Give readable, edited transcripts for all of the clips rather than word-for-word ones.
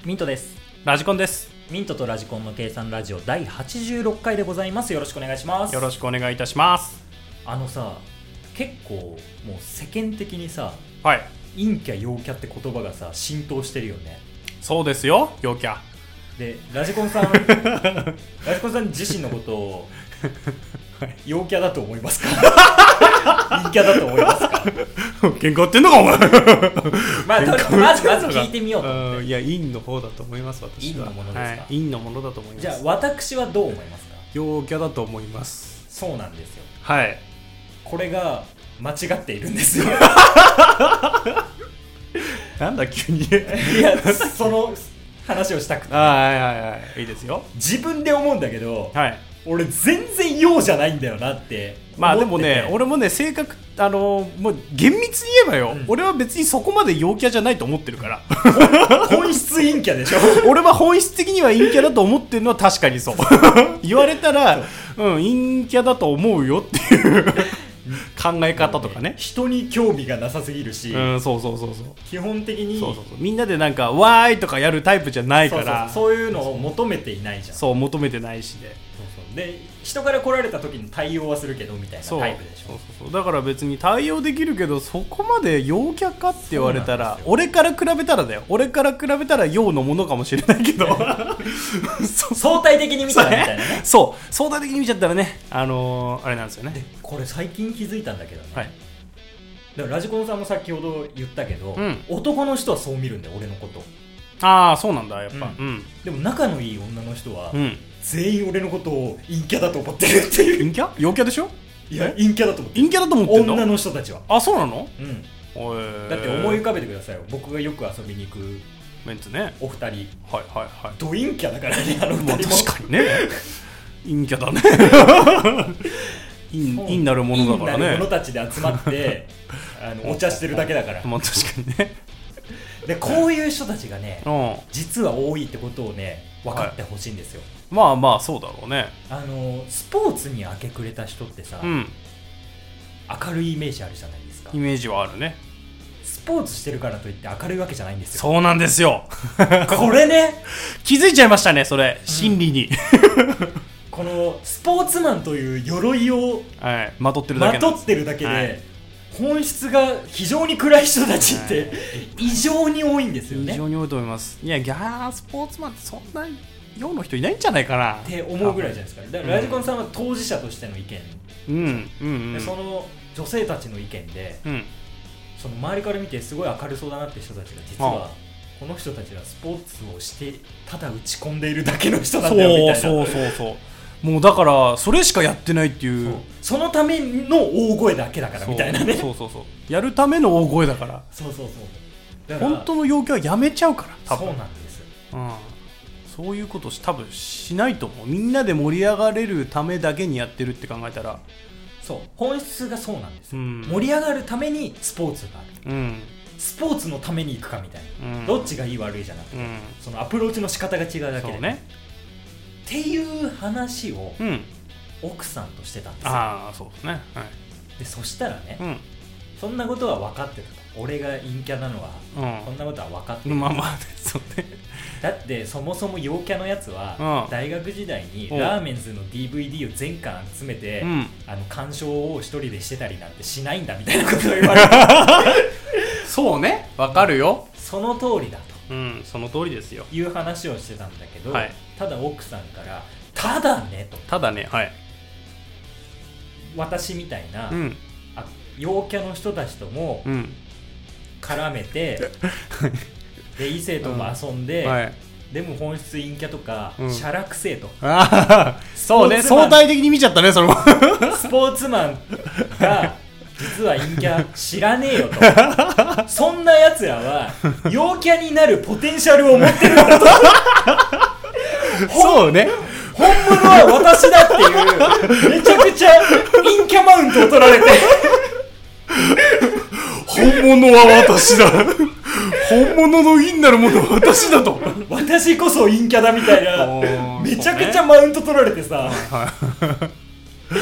ミントです。 ラジコンです。 ミントとラジコンの計算ラジオ第86回でございます。よろしくお願いします。 よろしくお願いいたします。 さ、結構もう世間的にさ、 はい、 陰キャ陽キャって言葉がさ浸透してるよね。 そうですよ、陽キャで、ラジコンさん自身のことを陽キャだと思いますか？陰キャだと思いますか？ 喧嘩売ってんのかお前。 まず聞いてみようと思って。 いや、陰の方だと思います。私は陰のものですか？ はい、陰のものだと思います。 じゃあ私はどう思いますか？ 陽キャだと思います。 そうなんですよ。 はい、 これが間違っているんですよ。 なんだ急に。いや、その話をしたくて、 はいいいですよ。 自分で思うんだけど、 はい、 俺全然陽じゃないんだよなって思ってて。 まあでもね、俺もね、性格もう厳密に言えばよ、俺は別にそこまで陽キャじゃないと思ってるから。 本質陰キャでしょ。 俺は本質的には陰キャだと思ってるのは確かにそう。言われたら、陰キャだと思うよっていう考え方とかね。 人に興味がなさすぎるし、 そう基本的にそうみんなでなんかわーいとかやるタイプじゃないから、 そういうのを求めていないじゃん。 そう求めてないしで、 で、人から来られた時に対応はするけどみたいなタイプでしょ。 そうだから別に対応できるけど、そこまで陽キャかって言われたら、俺から比べたらだよ、俺から比べたら陽のものかもしれないけど。 相対的に見たらみたいなね。 そう相対的に見ちゃったらね、あれなんですよね。 で、これ最近気づいたんだけどね、 はい、 だからラジコンさんも先ほど言ったけど、 うん、 男の人はそう見るんだよ、俺のこと。 ああ、そうなんだ、やっぱ、 でも仲のいい女の人は、 うん、 全員俺のことを陰キャだと思ってるっていう。 陰キャ？陽キャでしょ？ いや、陰キャだと思ってる。 陰キャだと思ってんの？ 女の人たちは。 あ、そうなの？ うん。だって思い浮かべてくださいよ、僕がよく遊びに行くメンツね、 お二人。 はいド陰キャだからね、あの二人も。 確かにね。陰キャだね。陰なるものだからね。陰なる者たちで集まってお茶してるだけだから。 まあ確かにね。 で、こういう人たちがね、実は多いってことをね、分かってほしいんですよ。 まあそうだろうね。 スポーツに明け暮れた人ってさ、明るいイメージあるじゃないですか。 イメージはあるね。 スポーツしてるからといって明るいわけじゃないんですよ。 そうなんですよ。 これね、 気づいちゃいましたね、それ、心理に。 このスポーツマンという鎧をまとってるだけで、 本質が非常に暗い人たちって異常に多いんですよね。 異常に多いと思います。いや、スポーツマンってそんな陽の人いないんじゃないかなって思うぐらいじゃないですか。だからラジコンさんは当事者としての意見、でその女性たちの意見で、その周りから見てすごい明るそうだなって人たちが、実はこの人たちはスポーツをしてただ打ち込んでいるだけの人なんだよみたいな。 そうもうだからそれしかやってないっていう、 そのための大声だけだからみたいなね。 そうやるための大声だから。 だから本当の陽キャはやめちゃうから、多分。 そうなんです、 そういうこと多分しないと思う。みんなで盛り上がれるためだけにやってるって考えたら、 そう、本質がそうなんです、盛り上がるためにスポーツがある、スポーツのために行くかみたいな、どっちがいい悪いじゃなくて、そのアプローチの仕方が違うだけで、っていう話を奥さんとしてたんですよ。 そうですね、 で、そしたらね、そんなことは分かってたと。俺が陰キャなのは、そんなことは分かってる。 そうね。 だってそもそも陽キャのやつは、大学時代にラーメンズの DVD を全巻集めて、鑑賞を一人でしてたりなんてしないんだみたいなことを言われて。 そうね、分かるよ。 その通りだと、 その通りですよ、 いう話をしてたんだけど、ただ奥さんからただねと、私みたいな、陽キャの人たちとも絡めて、で異性とも遊んで、でも本質陰キャとか、シャラくせえと。 そうね、相対的に見ちゃったね、それも。 スポーツマンが実は陰キャ知らねえよと。そんなやつらは陽キャになるポテンシャルを持ってるんだと。 そうね、 本物は私だっていうめちゃくちゃ陰キャマウントを取られて、 本物は私だ、本物の陰なるものは私だと、 私こそ陰キャだみたいな、めちゃくちゃマウント取られてさ、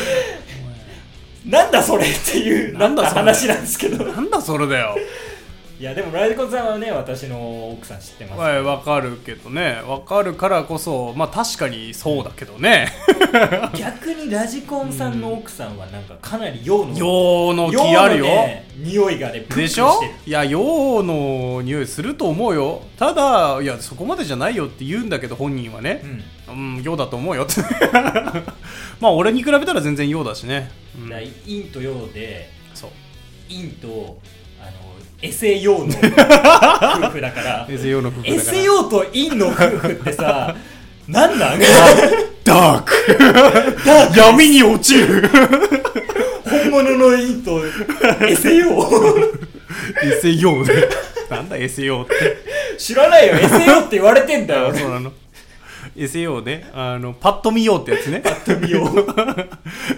なんだそれっていう話なんですけど、 なんだそれだよ。 いやでもラジコンさんはね私の奥さん知ってます、 わかるけどね、わかるからこそまあ確かにそうだけどね逆にラジコンさんの奥さんはなんかかなり陽の気あるよ、 ね、匂いがねプンプンしてるでしょ。いや陽の匂いすると思うよ。ただいやそこまでじゃないよって言うんだけど本人はね、陽だと思うよってまあ俺に比べたら全然陽だしね、 陰と陽で、 そう陰とエセ陽の夫婦だからエセ陽の夫婦だからエセ陽と陰の夫婦ってさなんなんダーク闇に落ちる本物の陰とエセ陽エセ陽でなんだエセ陽って知らないよ、エセ陽って言われてんだよそうなの。エセ陽ね、パッと見ようってやつね。 パッと見よう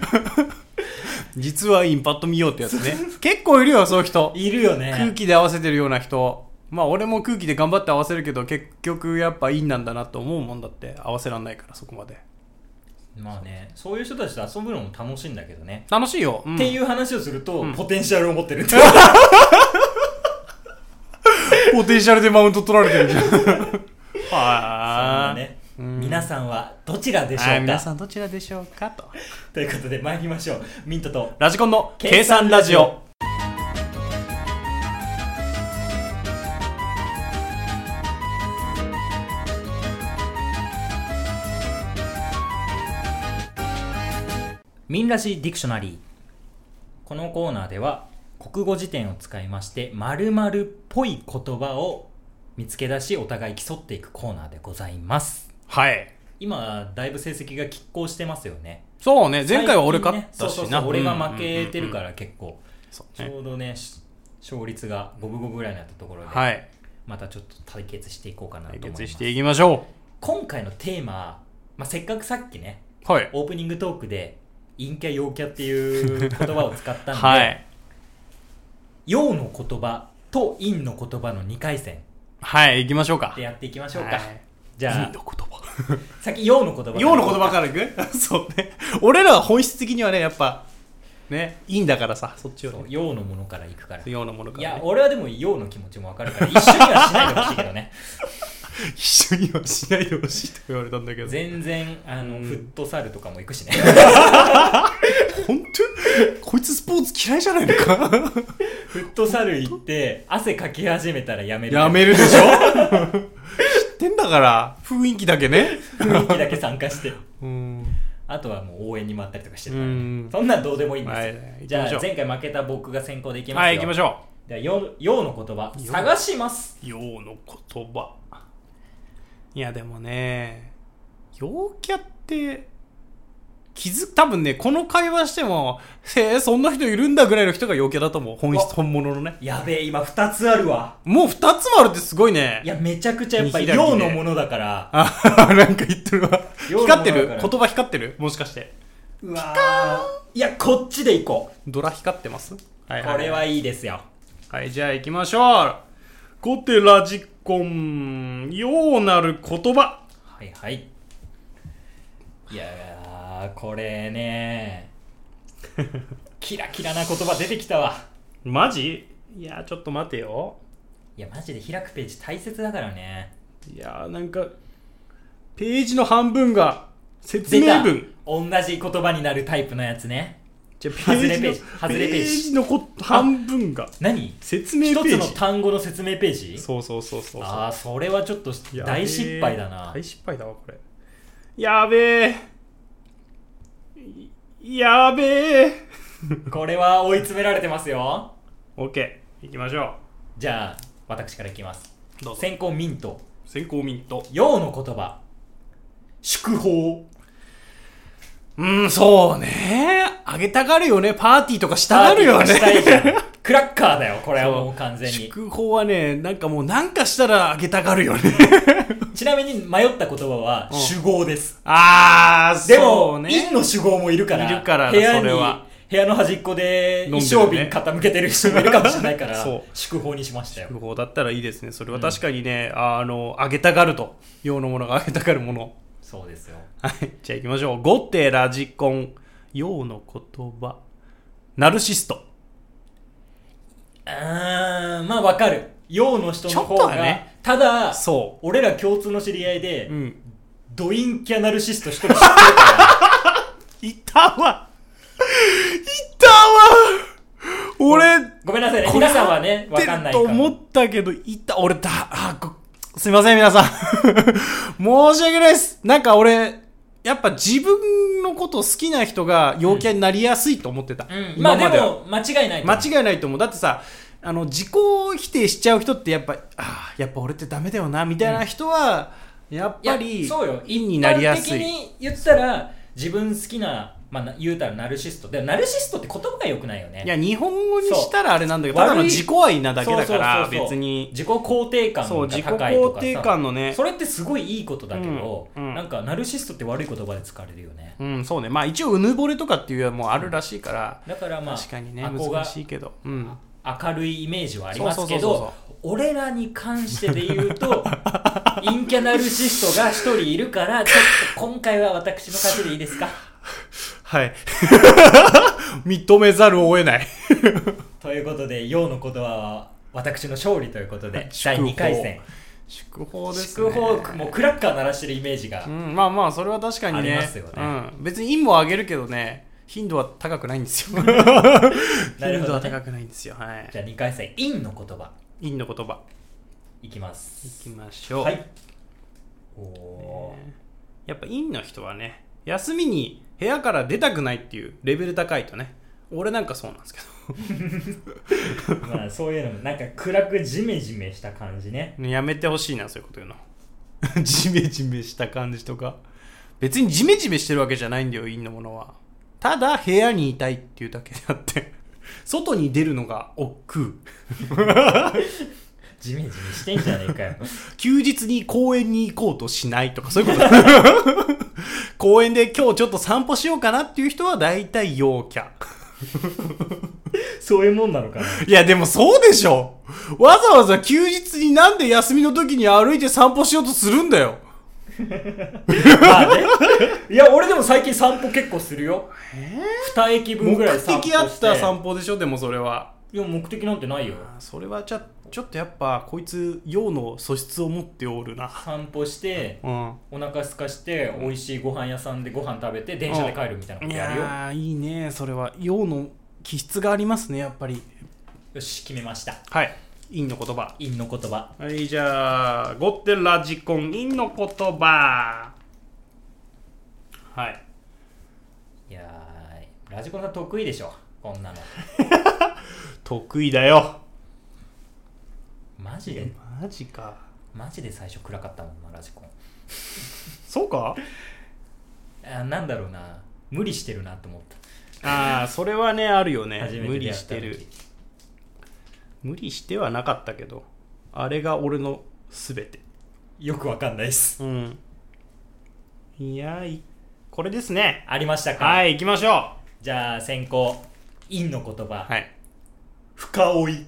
実はインパッと見ようってやつね。結構いるよそういう人。 いるよね。 空気で合わせてるような人。まあ俺も空気で頑張って合わせるけど結局やっぱインなんだなと思うもんだって。合わせらんないからそこまで。 まあね、そういう人たちと遊ぶのも楽しいんだけどね。 楽しいよ、 っていう話をすると、ポテンシャルを持ってるってポテンシャルでマウント取られてるじゃんはあ、ね、皆さんはどちらでしょうか。 皆さんどちらでしょうかということで参りましょう。ミントとラジコンの計算ラジオ。 ミンラジディクショナリー。このコーナーでは国語辞典を使いまして〇〇っぽい言葉を見つけ出しお互い競っていくコーナーでございます。 はい。 今だいぶ成績が拮抗してますよね。 そうね、前回は俺勝ったしな。 そう俺が負けてるから結構、ちょうどね勝率が五分五分ぐらいになったところで、 はい、 またちょっと対決していこうかなと思います。 対決していきましょう。 今回のテーマ、せっかくさっきね、 はい、 オープニングトークで陰キャ陽キャっていう言葉を使ったんで、 はい、 陽の言葉と陰の言葉の2回戦、 はい行きましょうか。 でやっていきましょうか。 はい、 じゃあ陰の言葉先陽の言葉陽の言葉からいくそうね、俺らは本質的にはねやっぱね陰だからさ、そっちを、ね、 陽のものからいくから。 陽のものから、ね、 いや俺はでも陽の気持ちも分かるから一緒にはしないでほしいけどね一緒にはしないでほしいと言われたんだけど、 全然フットサルとかも行くしね本当こいつスポーツ嫌いじゃないのかフットサル行って汗かき始めたらやめるでしょ知ってんだから雰囲気だけね雰囲気だけ参加してあとはもう応援に回ったりとかしてるから、ね、そんなんどうでもいいんですよ、はい、じゃあ前回負けた僕が先行でいきますよ。 はい、行きましょう。では陽の言葉探します。 陽の言葉、いやでもね陽キャって多分ねこの会話してもそんな人いるんだぐらいの人が陽キャだと思う。本物のね。 やべえ今2つあるわ。 もう2つもあるってすごいね。 いやめちゃくちゃやっぱり陽のものだから。 なんか言ってるわ。光ってる、言葉光ってる、もしかして。 うわいやこっちでいこう。 ドラ光ってます、 はいはいはい、これはいいですよ。 はい、じゃあ行きましょう。ゴテラジコン陽なる言葉。 はいはい。いやこれねキラキラな言葉出てきたわ。 マジ？いやちょっと待てよ。 いやマジで開くページ大切だからね。いやなんかページの半分が説明文。 同じ言葉になるタイプのやつね。 じゃ外れページ外れページの半分が何？ 説明ページ。 一つの単語の説明ページ？ そう。 ああそれはちょっと大失敗だな。 大失敗だわこれ。やべえやべえこれは追い詰められてますよ。 OK 行きましょう。 じゃあ私からいきます。 どうぞ。 先行ミント。陽の言葉祝砲。 そうね。あげたがるよね。パーティーとかしたがるよね。 したいじゃんクラッカーだよこれはもう完全に。 祝砲はねなんかもうなんかしたらあげたがるよねちなみに迷った言葉は酒豪です。 でも陰の酒豪もいるから部屋の端っこで一升瓶傾けてる人もいるかもしれないから祝砲にしましたよ。 祝砲だったらいいですね。それは確かにね、あげたがると陽のものがあげたがるもの。 そうですよ。 はいじゃあ行きましょう。ゴテラジコン陽の言葉ナルシスト。 まあわかる。 陽の人の方が、ね、ただ俺ら共通の知り合いで、ド陰キャナルシスト一人知ってるからいたわ俺ごめんなさいね、皆さんはね分かんないかと思ったけど俺すいません皆さん申し訳ないです。なんか俺やっぱ自分のこと好きな人が陽キャになりやすいと思ってた、 まあでも間違いないと思う。だってさ自己否定しちゃう人ってやっぱ俺ってダメだよなみたいな人は、やっぱり陰になりやすい。 一般的に言ったら自分好きな、言うたらナルシストで、ナルシストって言葉が良くないよね。 いや日本語にしたらあれなんだけど、ただの自己愛なだけだから別に自己肯定感が高いとかさ、 自己肯定感のね、 それってすごいいいことだけど、なんかナルシストって悪い言葉で使われるよね。 そうね。一応うぬぼれとかっていうのもあるらしいから、 だから確かにね難しいけど、 明るいイメージはありますけど、俺らに関してで言うと陰キャナルシストが一人いるから、ちょっと今回は私の勝ちでいいですか？ はい認めざるを得ないということで、陽の言葉は私の勝利ということで第2回戦祝報ですね。 祝報、もうクラッカー鳴らしてるイメージが、 それは確かにねありますよね。 別に陰も上げるけどね、頻度は高くないんですよなるほど、ね、 頻度は高くないんですよ。はい。 じゃあ2回戦陰の言葉いきます。 いきましょう。 はい。 やっぱ陰の人はね、休みに部屋から出たくないっていうレベル高いとね、俺なんかそうなんですけどそういうのもなんか暗くジメジメした感じね。 やめてほしいな、そういうこと言うのジメジメした感じとか。別にジメジメしてるわけじゃないんだよ、陰のものは。ただ部屋にいたいっていうだけであって外に出るのが億劫ジメジメしてんじゃねえかよ休日に公園に行こうとしないとか、そういうこと公園で今日ちょっと散歩しようかなっていう人は大体陽キャそういうもんなのかな。 いやでもそうでしょ。わざわざ休日になんで休みの時に歩いて散歩しようとするんだよいや俺でも最近散歩結構するよ。2駅分ぐらい散歩して。 目的あった散歩でしょ。でもそれは。 いや目的なんてないよ。 それはちょっとやっぱこいつ陽の素質を持っておるな。 散歩して、お腹すかして美味しいご飯屋さんでご飯食べて電車で帰るみたいなことやるよ。 いやいいね。それは陽の気質がありますね、やっぱり。 よし決めました。 はい、陰の言葉。 陰の言葉。 はい、じゃあゴッテラジコン陰の言葉。はい。 いやラジコンさん得意でしょこんなの得意だよ。 マジで。 マジか。 マジで最初暗かったもんなラジコンそうか。 なんだろうな、無理してるなと思った。 それはねあるよね。 無理してる。 無理してはなかったけど、あれが俺のすべて。 よくわかんないっす。 いやこれですね。 ありましたか。 はい、行きましょう。じゃあ先行陰の言葉。 はい。 深追い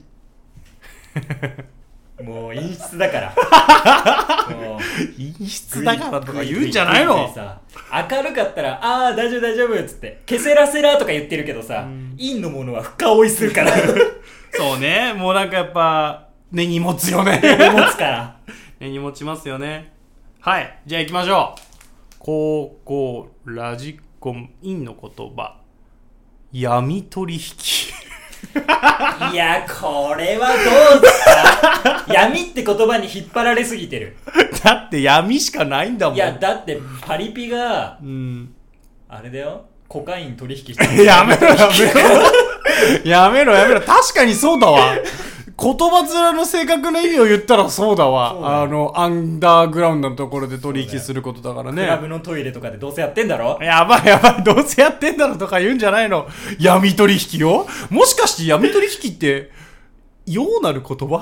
もう陰湿だからもう陰湿だからとか言うんじゃないの。 明るかったら大丈夫大丈夫っつってケセラセラとか言ってるけどさ、陰のものは深追いするからそうね。もうなんかやっぱ根に持つよね。 根に持つから根に持ちますよね。はい、じゃあ行きましょう。高校ラジコン陰の言葉、闇取引いやこれはどうですか闇って言葉に引っ張られすぎてる。 だって闇しかないんだもん。 いやだってパリピが、あれだよ、コカイン取引してるやめろやめろ確かにそうだわ。言葉面の正確な意味を言ったらそうだわ。アンダーグラウンドのところで取引することだからね。 クラブのトイレとかでどうせやってんだろ。 やばいどうせやってんだろとか言うんじゃないの。闇取引を。もしかして闇取引ってようなる言葉この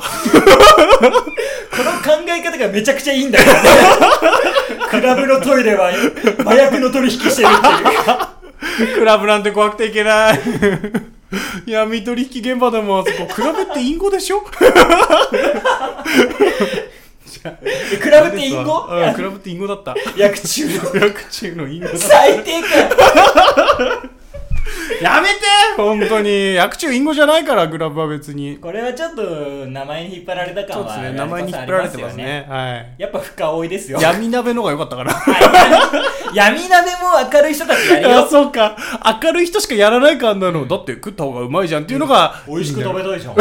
考え方がめちゃくちゃいいんだよねクラブのトイレは麻薬の取引してるっていうクラブなんて怖くていけない闇取引現場でもあそこクラブって隠語でしょクラブって隠語？ クラブって隠語だった。 薬中の隠語だった。 最低かやめて本当に薬中隠語じゃないからグラブは別に。 これはちょっと名前に引っ張られた感は、 そうですね、名前に引っ張られてますね。はい。 やっぱ深追いですよ。 闇鍋の方が良かったから。 闇鍋も明るい人たちやるよ。 そうか。明るい人しかやらないかあんなの。だって食った方がうまいじゃんっていうのが、 美味しく食べたいじゃん。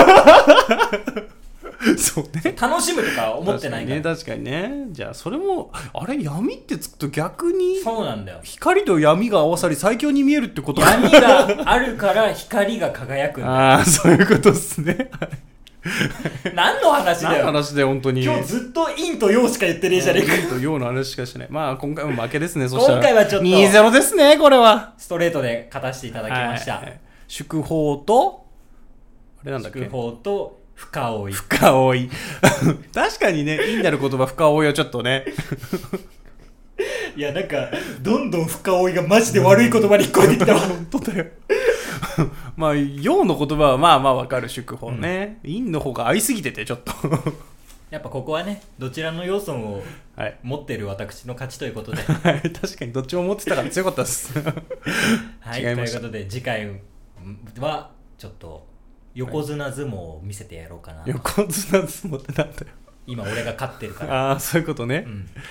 そうね。 楽しむとか思ってないから。 確かにね。じゃあそれも、あれ闇ってつくと逆に、 そうなんだよ。 光と闇が合わさり最強に見えるってこと闇があるから光が輝くんだよ。 ああ、そういうことっすね。 何の話だよ。 何の話だよ、本当に。 今日ずっと陰と陽しか言ってねえじゃねえか。 陰と陽の話しかしない。まあ今回も負けですね、そしたら。 今回はちょっと 2-0 ですね、これは。 ストレートで勝たせていただきました。 祝砲と、あれなんだっけ？ 祝砲と、深追い。 深追い。確かにね、いいんだる言葉、深追いはちょっとね。 いや、なんか、どんどん深追いがマジで悪い言葉に聞こえてきたわ。 本当だよ。まあ、陽の言葉はまあまあわかる、祝砲ね。陰の方が合いすぎてて、ちょっと。 やっぱここはね、どちらの要素も持ってる私の勝ちということで。 はい、確かにどっちも持ってたから強かったです。 はい、ということで、次回は、ちょっと、横綱相撲を見せてやろうかな。 横綱相撲ってなんだよ。 今俺が勝ってるから。 ああ、そういうことね。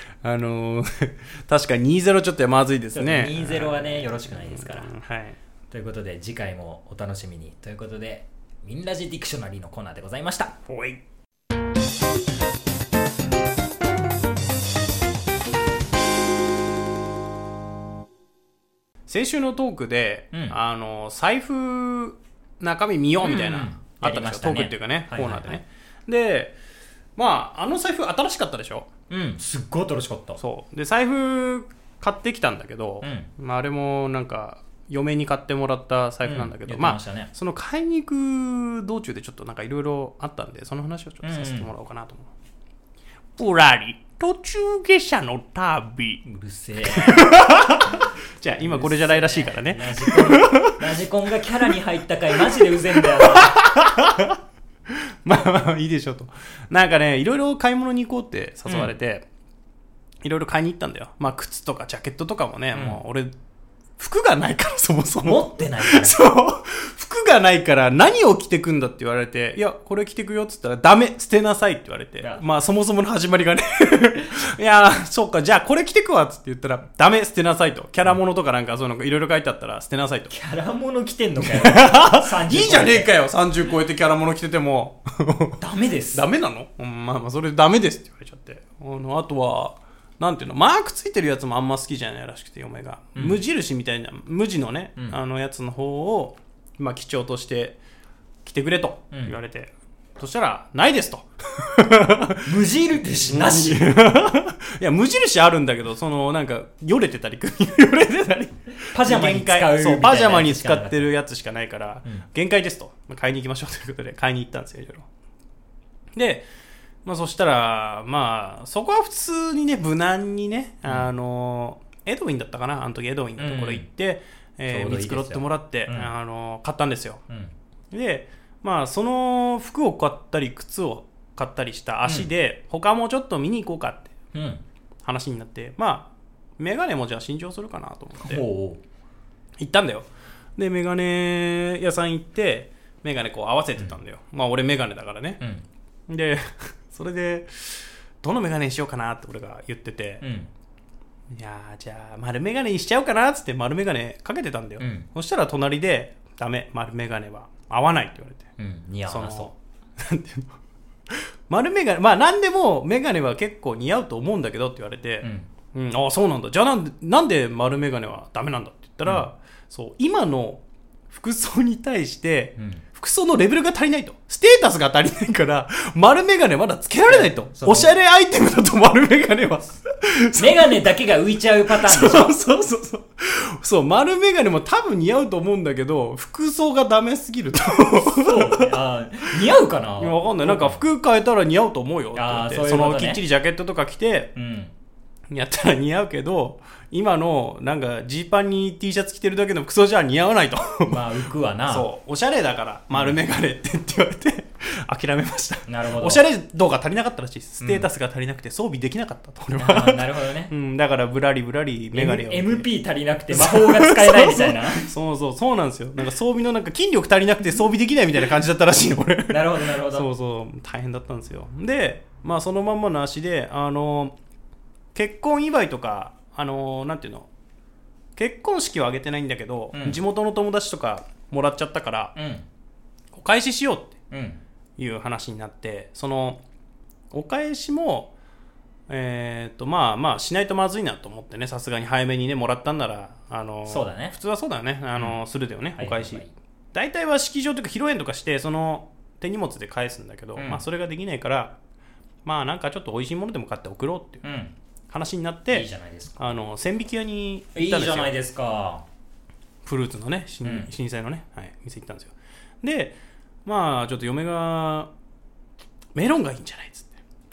確かに 2-0 ちょっとまずいですね。 2-0 はね、よろしくないですから。 はい。 ということで、次回もお楽しみに。ということで、ミンラジディクショナリーのコーナーでございました。 ほい。先週のトークで、財布中身見ようみたいな、あったんですよ、トークっていうかね、コーナーでね。で、まあ、財布新しかったでしょ。 すっごい新しかった。 そう。で、財布買ってきたんだけど、まあ、あれもなんか、嫁に買ってもらった財布なんだけど、まあ、その買いに行く道中でちょっとなんかいろいろあったんで、その話をちょっとさせてもらおうかなと思う。ぶらり、途中下車の旅。 うるせえ。 じゃあ今これじゃないらしいからね。 ラジコンがキャラに入った回マジでうぜえんだよな。 まあいいでしょうと。なんかね、いろいろ買い物に行こうって誘われて、いろいろ買いに行ったんだよ。まあ靴とかジャケットとかもね、もう俺服がないから、そもそも持ってないから。 そう服がないから何を着てくんだって言われて、いやこれ着てくよって言ったらダメ、捨てなさいって言われて、まあそもそもの始まりがねいやそうか、じゃあこれ着てくわって言ったらダメ、捨てなさいと。キャラものとかなんかそういうのいろいろ書いてあったら捨てなさいと。 キャラもの着てんのかよいいじゃねえかよ、30超えてキャラもの着ててもダメです。 ダメなの？まあまあそれダメですって言われちゃって、あとはなんていうの、マークついてるやつもあんま好きじゃないらしくて、嫁が、無印みたいな無地のね、やつの方を、まあ、基調として着てくれと言われて、そしたらないですと無印なし。 いや無印あるんだけど、そのなんかよれてたりよれてたりパジャマに使う、 そうパジャマに使ってるやつしかないから、限界ですと、買いに行きましょうということで買いに行ったんですよ、いろいろ。でまあそしたら、まあ、そこは普通にね、無難にね、エドウィンだったかな、あの時エドウィンのところ行って、見繕ってもらって、買ったんですよ。で、まあ、その服を買ったり、靴を買ったりした足で、他もちょっと見に行こうかって話になって、まあ、メガネもじゃあ新調するかなと思って、行ったんだよ。で、メガネ屋さん行って、メガネこう合わせてたんだよ。まあ、俺メガネだからね。で、それでどのメガネにしようかなって俺が言ってて、いやじゃあ丸メガネにしちゃおうかなっつって丸メガネかけてたんだよ。そしたら隣でダメ、丸メガネは合わないって言われて、 似合わなそう。 なんていうの丸メガネ、まあ何でもメガネは結構似合うと思うんだけどって言われて、ああそうなんだ、じゃあなんで丸メガネはダメなんだって言ったら、そう今の服装に対して、服装のレベルが足りないと。ステータスが足りないから、丸メガネまだつけられないと。おしゃれアイテムだと丸メガネは。 メガネだけが浮いちゃうパターンでしょ。 そう、丸メガネも多分似合うと思うんだけど、服装がダメすぎると。 そうね。似合うかな？ わかんない。なんか服変えたら似合うと思うよって言って。そのきっちりジャケットとか着て、やったら似合うけど、今のなんかジーパンに T シャツ着てるだけの服装じゃ似合わないと。 まあ浮くわな。 そう、おしゃれだから丸メガネって言われて、 諦めました。 なるほど。 おしゃれ度が足りなかったらしいです。ステータスが足りなくて装備できなかったと、俺は。 なるほどね。 だからブラリブラリメガネを。 MP 足りなくて魔法が使えないみたいな。 そうなんですよ。なんか装備のなんか筋力足りなくて装備できないみたいな感じだったらしいよ、俺。 なるほど、なるほど。 大変だったんですよ。で、まあそのまんまの足で、結婚祝いとか、なんていうの、結婚式は挙げてないんだけど、地元の友達とかもらっちゃったから、お返ししようっていう話になって、そのお返しもまあしないとまずいなと思ってね、さすがに早めにねもらったんならそうだね、 普通はそうだよね、するだよね、お返し、大体は式場とか披露宴とかしてその手荷物で返すんだけど、まあそれができないから、まあなんかちょっと美味しいものでも買って送ろうっていう話になって、 いいじゃないですか、 千疋屋に行ったんですよ。 いいじゃないですか。 フルーツのね、震災のね、店行ったんですよ。で、まあちょっと嫁がメロンがいいんじゃないっつって。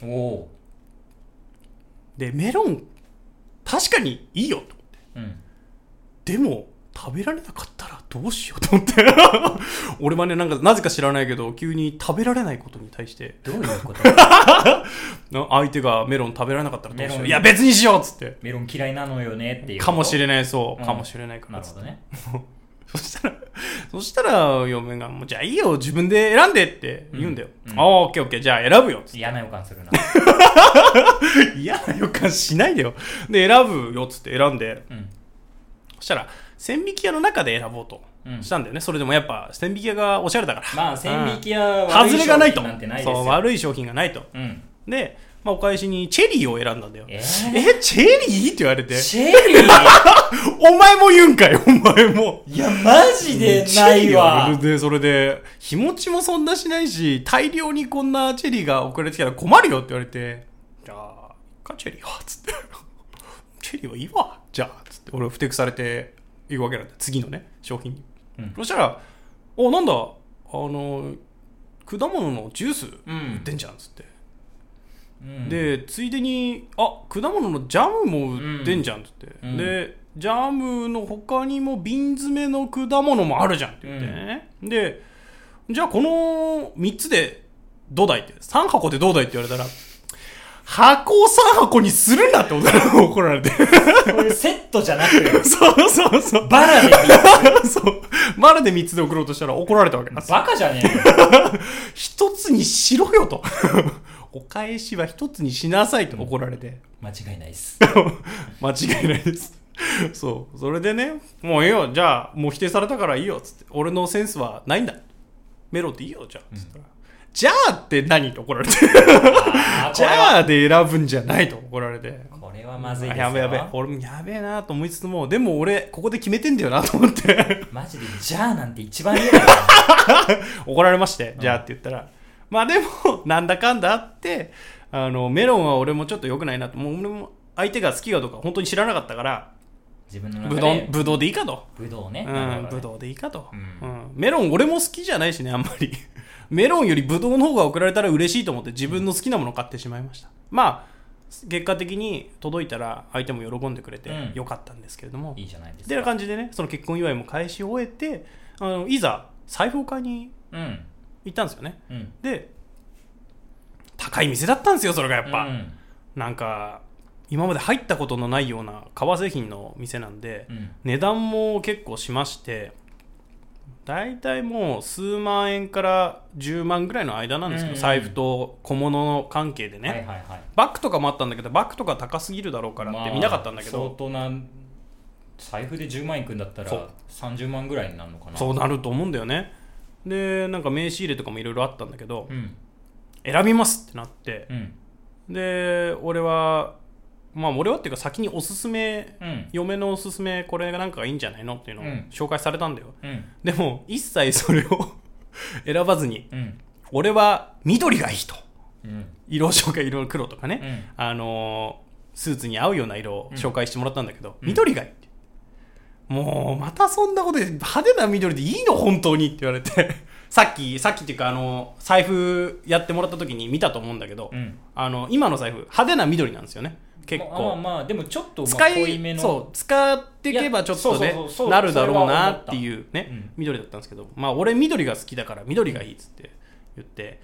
おで、メロン確かにいいよと思って、でも食べられなかったらどうしようと思って俺はね、なんかなぜか知らないけど急に食べられないことに対してどういうこと相手がメロン食べられなかったらどうしよう、いや別にしようっつって、 メロン嫌いなのよねっていうかもしれない、かもしれないからっつって、 なるほどねそしたら嫁がもうじゃあいいよ自分で選んでって言うんだよ、オッケーじゃあ選ぶよっつって、 嫌な予感するな嫌な予感しないでよ。で選ぶよっつって選んで、そしたら千疋屋の中で選ぼうとしたんだよね、それでもやっぱ千疋屋がおしゃれだから、 まあ千疋屋は外れがないと、 そう悪い商品がないと、で、まあ、お返しにチェリーを選んだんだよ。チェリーって言われて、 チェリーお前も言うんかい、お前も。 いやマジでないわ。 でそれで日持ちもそんなしないし、大量にこんなチェリーが送られてきたら困るよって言われて、じゃあチェリーはつってチェリーはいいわじゃあつって俺ふてくされていくわけなんだ、次のね商品に、そしたらなんだ果物のジュース売ってんじゃんつって、でついでに果物のジャムも売ってんじゃんつって、でジャムの他にも瓶詰めの果物もあるじゃんって言ってね、でじゃあこの3つでどうだいって3箱でどうだいって言われたら、箱を3箱にするなって怒られて、 これセットじゃなくそうバラで3つそうバラで3つで送ろうとしたら怒られたわけです。 バカじゃねえよ一つにしろよとお返しは一つにしなさいと怒られて、 間違いないです間違いないですそうそれでね、もういいよじゃあもう否定されたからいいよっつって、俺のセンスはないんだ、メロっていいよじゃあっつったら、じゃあって何と怒られてじゃあで選ぶんじゃないと怒られて、 これはまずいですよ。 やべ俺もやべえなと思いつつも、でも俺ここで決めてんだよなと思ってマジでじゃあなんて一番嫌だよ怒られまして、じゃあって言ったら、まあでもなんだかんだあってメロンは俺もちょっと良くないなと、もう俺も相手が好きかどうか本当に知らなかったから、 自分の中でブドウでいいかと、 ブドウね、 ブドウでいいかと、メロン俺も好きじゃないしねあんまりメロンよりブドウの方が送られたら嬉しいと思って自分の好きなものを買ってしまいました。まあ結果的に届いたら相手も喜んでくれてよかったんですけれども、 いいじゃないですかってな感じでね、その結婚祝いも返し終えていざ財布を買いに行ったんですよね、で高い店だったんですよそれがやっぱ、なんか今まで入ったことのないような革製品の店なんで、値段も結構しまして、だいたいもう数万円から10万ぐらいの間なんですけど、財布と小物の関係でね、バッグとかもあったんだけどバッグとか高すぎるだろうからって見なかったんだけど、 相当な財布で10万いくんだったら30万ぐらいになるのかな。 そうなると思うんだよね。でなんか名刺入れとかもいろいろあったんだけど、選びますってなって、で俺はっていうか先におすすめ、嫁のおすすめこれがなんかがいいんじゃないのっていうのを紹介されたんだよ、でも一切それを選ばずに、俺は緑がいいと、色紹介、色黒とかね、スーツに合うような色を紹介してもらったんだけど、緑がいいって、もうまたそんなことで派手な緑でいいの本当にって言われてさっきっていうか財布やってもらった時に見たと思うんだけど、今の財布派手な緑なんですよね結構。 でもちょっと濃いめの、 そう使っていけばちょっとねなるだろうなっていうね、緑だったんですけど、俺緑が好きだから緑がいいっつって言って、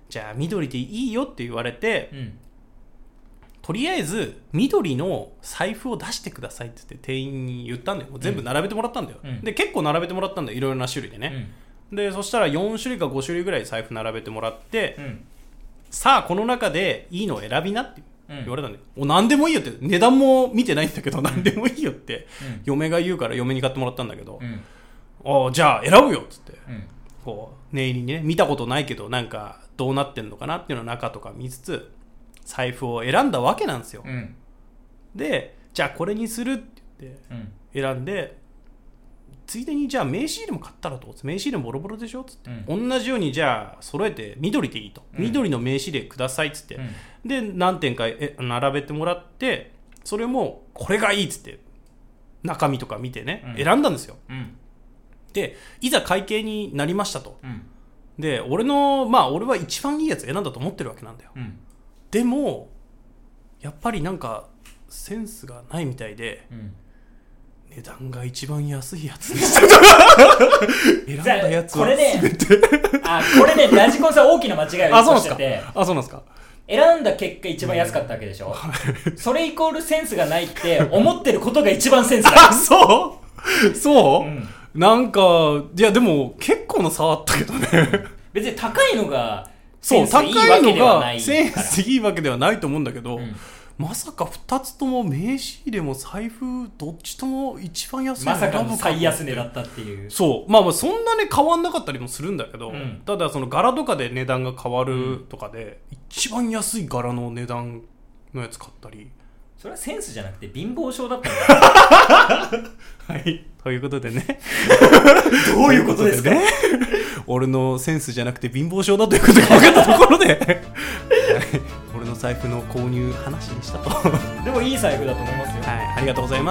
じゃあ緑でいいよって言われて、 うん、 とりあえず緑の財布を出してくださいって言って店員に言ったんだよ。全部並べてもらったんだよ、うん、で結構並べてもらったんだよ、いろいろな種類でね、うん、でそしたら4種類か5種類ぐらい財布並べてもらって、うん、さあこの中でいいのを選びなって言われたんだよ、うん、何でもいいよって、値段も見てないんだけど何でもいいよって、うん、嫁が言うから嫁に買ってもらったんだけど、うん、じゃあ選ぶよっつって、うん、こう念入りにね、見たことないけどなんかどうなってんのかなっていうの中とか見つつ財布を選んだわけなんですよ、うん、でじゃあこれにするって言って選んで、ついでにじゃあ名刺入れも買ったらどう？名刺入れもボロボロでしょっつって、うん、同じようにじゃあ揃えて緑でいいと、うん、緑の名刺入れくださいっつって、うん、で何点か並べてもらって、それもこれがいいっつって中身とか見てね、うん、選んだんですよ、うん、でいざ会計になりましたと、うん、で俺は一番いいやつ選んだと思ってるわけなんだよ、うん、でもやっぱりなんかセンスがないみたいで、うん、値段が一番安いやつでした選んだやつは全てこれねラジコンさん大きな間違いをしてて、 そうなんですか。 選んだ結果一番安かったわけでしょ、うん、それイコールセンスがないって思ってることが一番センスだそう、うん、なんかいやでも結構な差あったけどね別に高いのがセンスいいわけではないから、 センスいいわけではないと思うんだけど、うん、まさか2つとも名刺入れも財布どっちとも一番安いのまさかの最安値だったっていう。 そう、まあそんなね変わんなかったりもするんだけど、うん、ただその柄とかで値段が変わるとかで、うん、一番安い柄の値段のやつ買ったり、 それはセンスじゃなくて貧乏症だったんだはいということでねどういうことですかね俺のセンスじゃなくて貧乏症だということが分かったところで俺の財布の購入話でしたとでもいい財布だと思いますよ。 はい、ありがとうございます。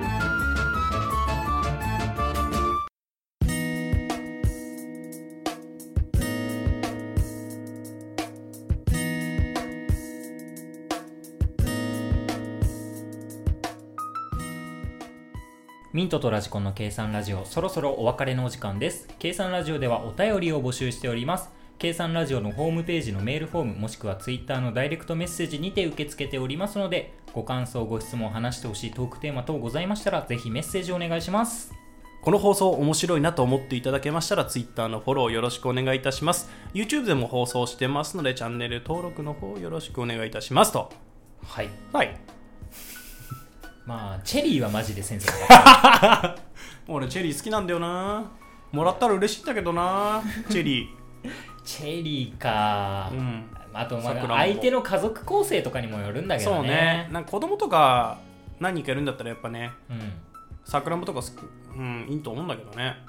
ミントとラジコンの計算ラジオ、そろそろお別れのお時間です。計算ラジオではお便りを募集しております。計算ラジオのホームページのメールフォーム、もしくはツイッターのダイレクトメッセージにて受け付けておりますので、ご感想、ご質問、話してほしいトークテーマ等ございましたら、ぜひメッセージお願いします。 この放送面白いなと思っていただけましたら、ツイッターのフォローよろしくお願いいたします。 YouTube でも放送してますので、チャンネル登録の方よろしくお願いいたしますと。 はいはい。 まあチェリーはマジでセンスなかった俺チェリー好きなんだよな。もらったら嬉しいんだけどなチェリーチェリーか、うん、あと相手の家族構成とかにもよるんだけどね。 そうね、なんか子供とか何人かいるんだったらやっぱね、うん、さくらんぼとかうん、いいと思うんだけどね。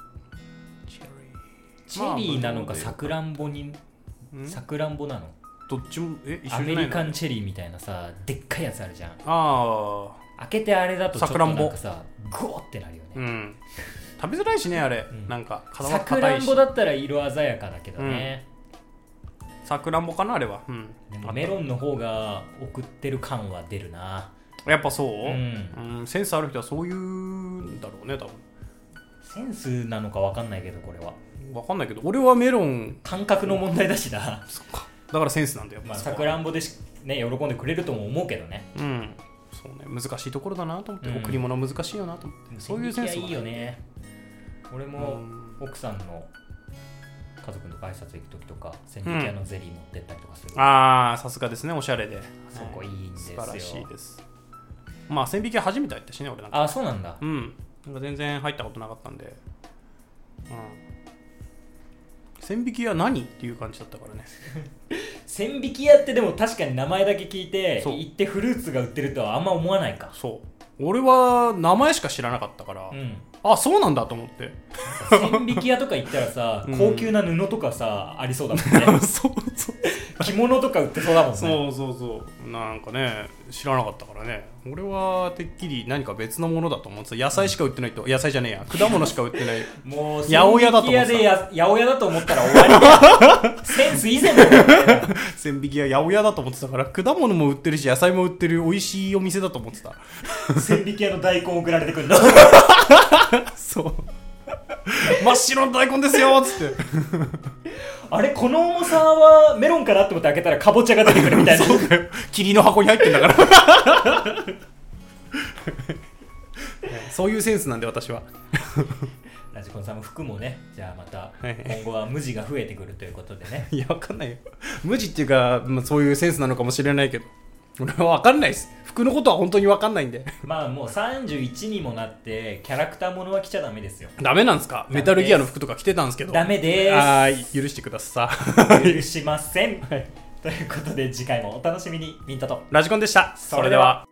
チェリーなのかさくらんぼにさくらんぼなの、 どっちも一緒じゃないの。アメリカンチェリーみたいなさ、でっかいやつあるじゃん。 あ開けてあれだとちょっとなんかさゴーってなるよね、うん、 食べづらいしねあれ、うん、なんか皮が硬いし。さくらんぼだったら色鮮やかだけどね、 さくらんぼかなあれは、うん、 でもメロンの方が送ってる感は出るな。 やっぱそう、うんうん、センスある人はそういうんだろうね多分。 センスなのか分かんないけど、これは分かんないけど俺はメロン感覚の問題だしな。 そっか、だからセンスなんだよ。 まあさくらんぼでね喜んでくれるとも思うけどね。 うん、そうね、難しいところだなと思って、贈り物難しいよなと思って、そういうセンスはいいよね。俺も奥さんの家族の挨拶行く時とか千匹屋のゼリー持ってったりとかする、 ああさすがですね、おしゃれでそこいいんですよ。 素晴らしいです。まあ千匹屋初めて入ったしね俺なんか。 あ、そうなんだ。 うん、なんか全然入ったことなかったんで、千匹屋何っていう感じだったからね千匹屋ってでも確かに名前だけ聞いて行ってフルーツが売ってるとはあんま思わないか。 そう、俺は名前しか知らなかったから、うん、あ、そうなんだと思って。 千匹屋とか行ったらさ、高級な布とかさありそうだもんねそうそう着物とか売ってそうだもんね。 そうそうそう、なんかね知らなかったからね。俺はてっきり何か別のものだと思ってた。野菜しか売ってないと、野菜じゃねえや、果物しか売ってないもう八百屋だと思ってた。八百屋だと思ったら終わりだよセンス以前だよ千匹屋八百屋だと思ってたから、果物も売ってるし野菜も売ってる美味しいお店だと思ってた千匹屋の大根送られてくるんだそう真っ白の大根ですよっつってあれこの重さはメロンかなって思って開けたらかぼちゃが出てくるみたいな霧の箱に入ってんだからそういうセンスなんで私はラジコンさんも服もね、じゃあまた今後は無地が増えてくるということでねいやわかんないよ、無地っていうか、まあ、そういうセンスなのかもしれないけど俺はわかんないです。服のことは本当にわかんないんでまあもう31にもなってキャラクターものは着ちゃダメですよ。 ダメなんですか？メタルギアの服とか着てたんですけど。 ダメです。 はい、許してください許しません、はい、ということで次回もお楽しみに。ミントとラジコンでした。 それでは。